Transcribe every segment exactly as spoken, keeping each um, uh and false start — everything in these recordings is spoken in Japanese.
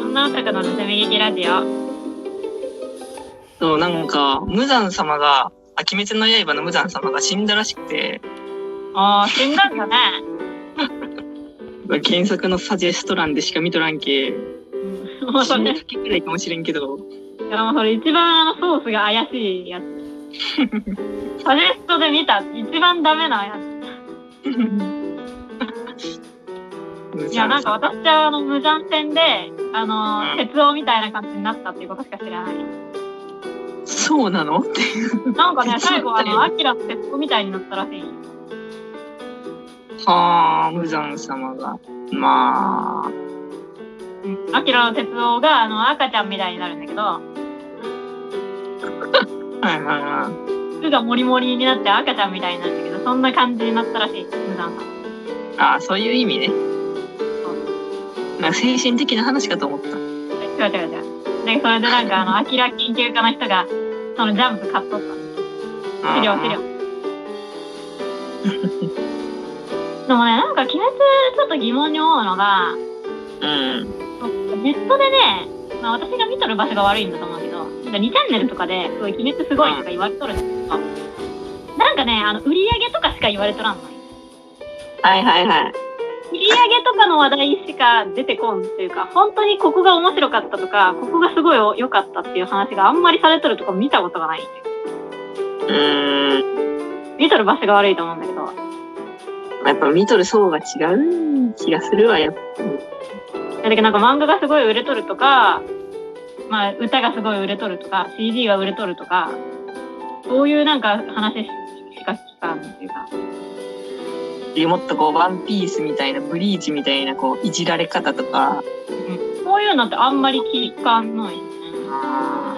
女オタクの盗み聞きラジオ。 そう、なんか無惨様があ鬼滅の刃の無惨様が死んだらしくて、 ああ、死んだんだね。 原作のサジェスト欄でしか見とらんけ、 うん、もうそ死んだれ、 時くらいかもしれんけど、 いやもうそれ一番あのソースが怪しいやつ。サジェストで見た一番ダメなやつ。いやなんか私はあの無惨戦であの、うん、鉄王みたいな感じになったっていうことしか知らない。 そうなのっていう。 なんかね最後あのアキラの鉄王みたいになったらしい。 はあ、無惨様がまあ、 うん、アキラの鉄王があの赤ちゃんみたいになるんだけど。 はいはいはい。 服がモリモリになって赤ちゃんみたいになるんだけど、そんな感じになったらしい。無惨さん。 ああ、そういう意味ね。なんか精神的な話かと思った。違う違う違う違う。でそれでなんかあのアキラ研究家の人がそのジャンプ買っとったんです。資料資料。でもねなんか鬼滅ちょっと疑問に思うのが、 うん。 ネットでね、まあ、私が見とる場所が悪いんだと思うけど、にチャンネルとかですごい鬼滅すごいとか言われとるんだけど、なんかねあの売り上げとかしか言われとらんのよ。 はいはいはい。 売り上げとかの話題しか出てこんっていうか、本当にここが面白かったとか、ここがすごい良かったっていう話があんまりされとるとか見たことがないんだよ。うーん。見とる場所が悪いと思うんだけど。 やっぱ見とる層が違う気がするわ、やっぱ。 だけどなんか漫画がすごい売れとるとか、まあ歌がすごい売れとるとか、シーディー が売れとるとか、そういうなんか話しか聞かんっていうか。 もっとこうワンピースみたいなブリーチみたいなこういじられ方とか、 うん、そういうのってあんまり聞かんのよね。 あ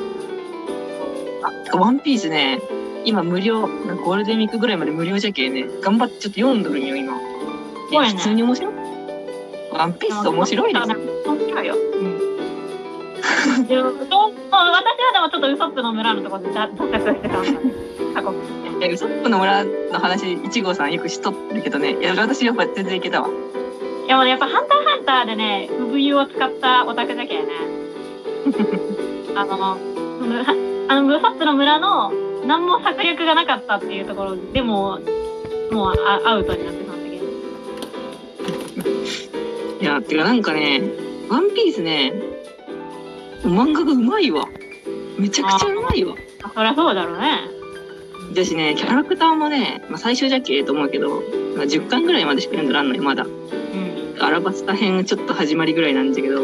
あ、ワンピースね今無料、ゴールデンウィークぐらいまで無料じゃけね、頑張ってちょっと読んどるんよ今。 すごいね。 普通に面白い。ワンピース面白いですよ。 面白いよ。うん。でも私はでもちょっとウソップの村のところで挫折してたんだね。過去。 いやウソップの村の話いち号さんよく知っとるけどね、いや私やっぱ全然いけたわ。 いやもうねやっぱハンターハンターでね産湯を使ったオタクだけねあのあのウソップの村の何も策略がなかったっていうところでももうアウトになってたんだけど。 いやてかなんかねワンピースね漫画がうまいわ。めちゃくちゃうまいわ。 あそりゃそうだろうね。 だしねキャラクターもね、まあ、最初じゃけと思うけど、まあ、じゅっかんぐらいまでしか読んどらんのよまだ。うん、アラバスタ編ちょっと始まりぐらいなんだけど、うん、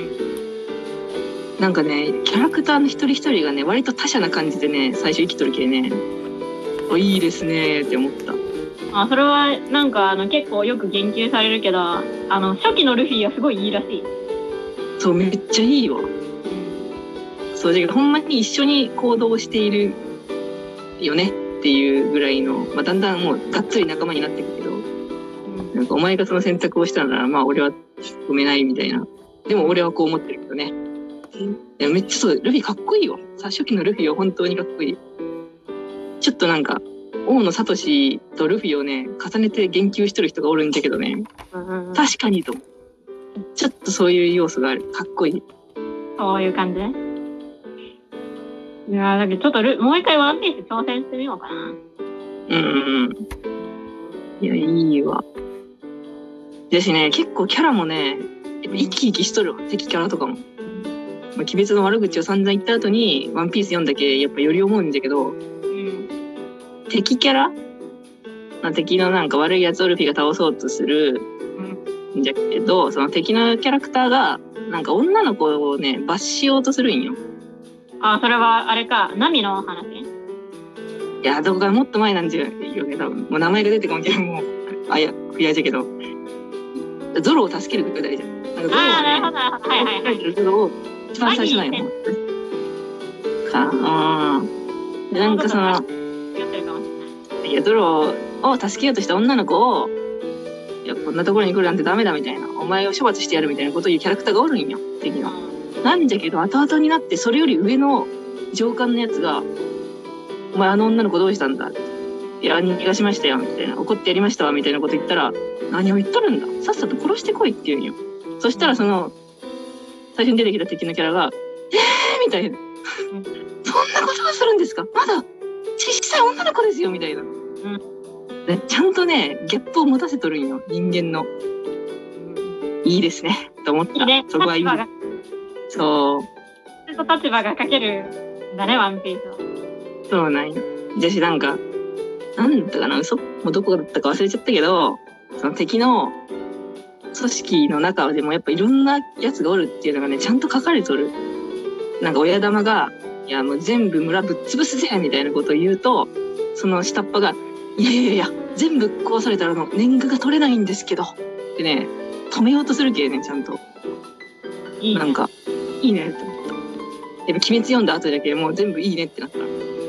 なんかねキャラクターの一人一人がね割と他者な感じでね最初生きとるけね、あいいですねって思った。 あそれはなんかあの結構よく言及されるけど、あの初期のルフィはすごいいいらしい。 そうめっちゃいいわ。そうだけどほんまに一緒に行動しているよねっていうぐらいの、まあ、だんだんもうがっつり仲間になっていくけど、うん、なんかお前がその選択をしたならまあ俺は止めないみたいな。でも俺はこう思ってるけどね。いやめっちゃそうルフィかっこいいよ。さ初期のルフィは本当にかっこいい。ちょっとなんか大野聡とルフィをね重ねて言及してる人がおるんだけどね、うんうん、確かにとちょっとそういう要素がある。かっこいい。 そういう感じね。いやだけどちょっとルもう一回ワンピース挑戦してみようかな。うんうんいやいいわ。ですね結構キャラもねやっぱ生き生きしとるわ、敵キャラとかも。まあ、鬼滅の悪口を散々言った後にワンピース読んだけやっぱより思うんだけど、うん、敵キャラ、まあ、敵のなんか悪いやつをルフィが倒そうとするんじゃけど、その敵のキャラクターがなんか女の子をね罰しようとするんよ。あそれはあれかナミの話。 いやどこかもっと前なんじゃよね多分。もう名前が出てこんけどもうあいや不やじゃけどゾロを助けるくらいじゃん。なんかゾロはねあなるほどはいはいはいゾロを一番最初なんよかあでなんかそのいやゾロを助けようとした女の子をいやこんなところに来るなんてダメだみたいな、お前を処罰してやるみたいなことを言うキャラクターがおるんよ敵の。なんじゃけど後々になってそれより上の上官のやつがお前あの女の子どうしたんだ、いや逃がしましたよみたいな、怒ってやりましたわみたいなこと言ったら、何を言っとるんださっさと殺してこいって言うんよ。そしたらその最初に出てきた敵のキャラが「えー!」みたいな、うん、そんなことをするんですか、まだ小さい女の子ですよみたいな、うん、でちゃんとねギャップを持たせとるんよ人間の、うん、いいですねと思った。いいね、そこはいい。そう。 立場が書けるんだね、ワンピースは。 そうなんよ。じゃしなんか、なんだったかな、嘘もうどこだったか忘れちゃったけど、その敵の組織の中でもやっぱいろんなやつがおるっていうのがね、ちゃんと書かれとる。なんか親玉が、いやもう全部村ぶっ潰すぜみたいなことを言うと、その下っ端が、いやいやいや、全部壊されたらの年貢が取れないんですけど。ってね、止めようとするけね、ちゃんと。いいね、なんか、いいねって思った。やっぱ鬼滅読んだ後だけもう全部いいねってなった。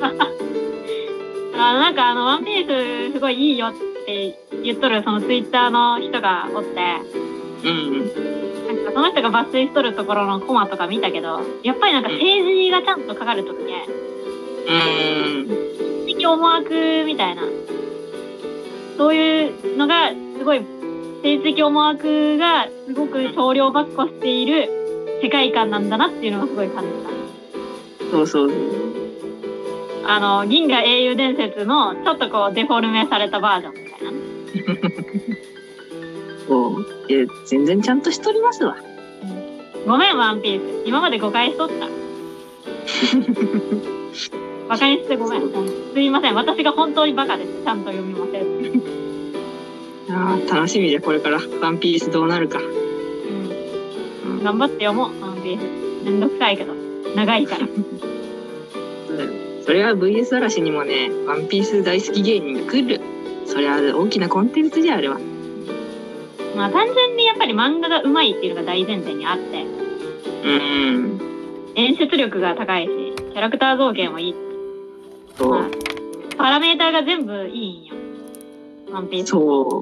あなんかあの、ワンピースすごいいいよって言っとるそのツイッターの人がおって、うん。なんかその人が抜粋しとるところのコマとか見たけど、やっぱりなんか政治がちゃんと書かれとって、うん。政治的思惑みたいな、そういうのがすごい、政治的思惑がすごく少量ばっこしている世界観なんだなっていうのがすごい感じた。 そうそう。 あの銀河英雄伝説のちょっとこうデフォルメされたバージョンみたいなね。 そういや全然ちゃんとしとりますわ、 うん、ごめんワンピース今まで誤解しとった。バカにしてごめん。すいません私が本当にバカです。ちゃんと読みません。 あ楽しみじゃこれからワンピースどうなるか。 うん、頑張って読もうワンピース。めんどくさいけど長いから。 それは ブイエス 嵐にもね、ワンピース大好き芸人が来る。それは大きなコンテンツじゃあれは。 まあ単純にやっぱり漫画がうまいっていうのが大前提にあって。うん。演出力が高いし、キャラクター造形もいい。そう。まあ、パラメーターが全部いいんよ。ワンピース。 そう。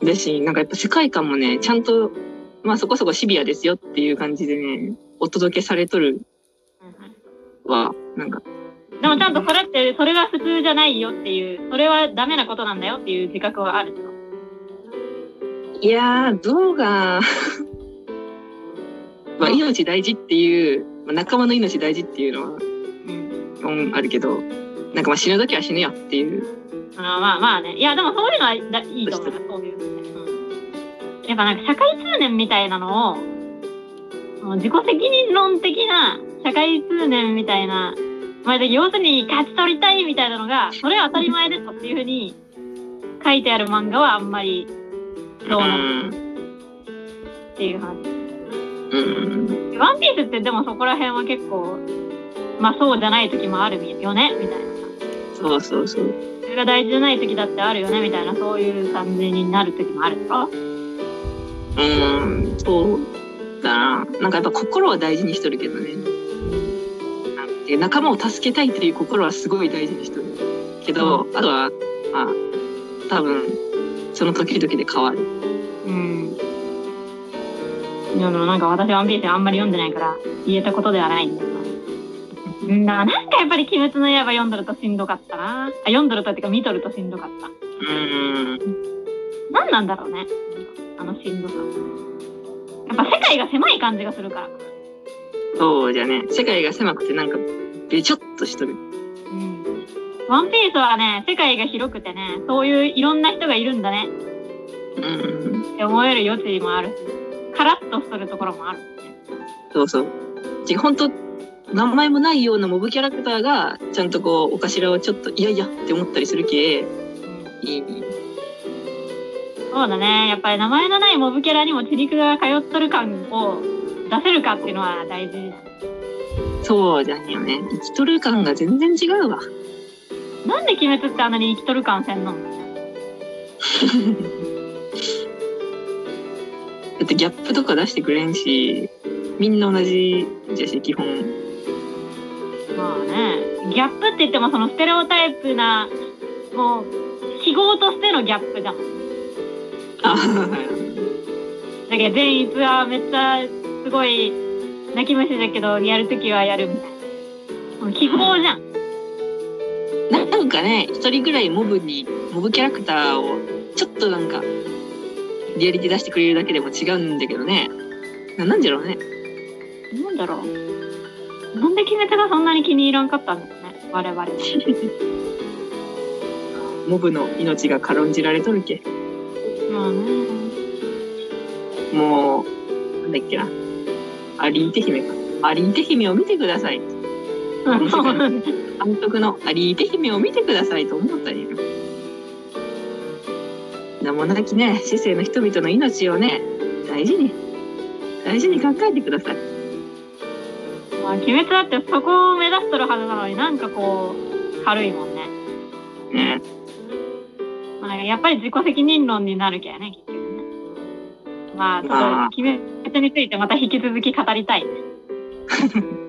だし、なんかやっぱ世界観もね、ちゃんと、まあそこそこシビアですよっていう感じでね、お届けされとる。はなんかでもちゃんとそれってそれが普通じゃないよっていうそれはダメなことなんだよっていう自覚はあるの。 いやーどうがまあ命大事っていう仲間の命大事っていうのは、うん、あるけどなんかまあ死ぬ時は死ぬよっていうあまあまあねいやでもそういうのはいいと思うそういうの、うん、やっぱなんか社会通念みたいなのを自己責任論的な社会通念みたいな、まあ、要するに勝ち取りたいみたいなのがそれは当たり前ですっていうふうに書いてある漫画はあんまりどうなのっていう話。うん、ワンピースってでもそこら辺は結構まあそうじゃない時もあるよねみたいな。 そうそうそう。 それが大事じゃない時だってあるよねみたいなそういう感じになる時もあるんか。 うんそうだな。なんかやっぱ心は大事にしとるけどね。で仲間を助けたいという心はすごい大事にしとるけど、うん、あとはまあ多分その時々で変わる。うん。でもなんか私ワンピースあんまり読んでないから言えたことではないんだけど。ななんかやっぱり鬼滅の刃読んどるとしんどかったな。あ読んどるとっていうか見とるとしんどかった。うん。何なんだろうね。あのしんどさ。やっぱ世界が狭い感じがするから。 そうじゃね。世界が狭くてなんかべちょっとしとる。うん。 ワンピースはね、世界が広くてね、そういういろんな人がいるんだね。うん。って思える余地もあるし、カラッとしとるところもある。 そうそう。ち本当名前もないようなモブキャラクターがちゃんとこうお頭をちょっといやいやって思ったりするけ、うん、いい。 そうだね。やっぱり名前のないモブキャラにもチリクが通っとる感を出せるかっていうのは大事だね。 そうじゃんよね。生きとる感が全然違うわ。 なんで鬼滅ってあんなに生きとる感せんの？だってギャップとか出してくれんし、みんな同じじゃし基本。 まあね。ギャップって言ってもそのステレオタイプなもう記号としてのギャップじゃん。あだけど善逸はめっちゃすごい泣き虫だけどやるときはやるみたいな。もう記号じゃん。 なんかね一人ぐらいモブにモブキャラクターをちょっとなんかリアリティ出してくれるだけでも違うんだけどね。 ななんじゃろうね。 なんだろう。なんで鬼滅がそんなに気に入らんかったんだろうね、我々。 モブの命が軽んじられとるけ。 まあね。 もう、なんだっけな。アリーテ姫か。アリーテ姫を見てください。 うんそうなんだ。 監督のアリーテ姫を見てくださいと思ったんや。名もなきね、市政の人々の命をね、大事に、大事に考えてください。 まあ、鬼滅だってそこを目指しとるはずなのになんかこう、軽いもんね。 ね。 まあ、やっぱり自己責任論になるけどね、結局ね。まあ、ちょっと鬼滅についてまた引き続き語りたいね。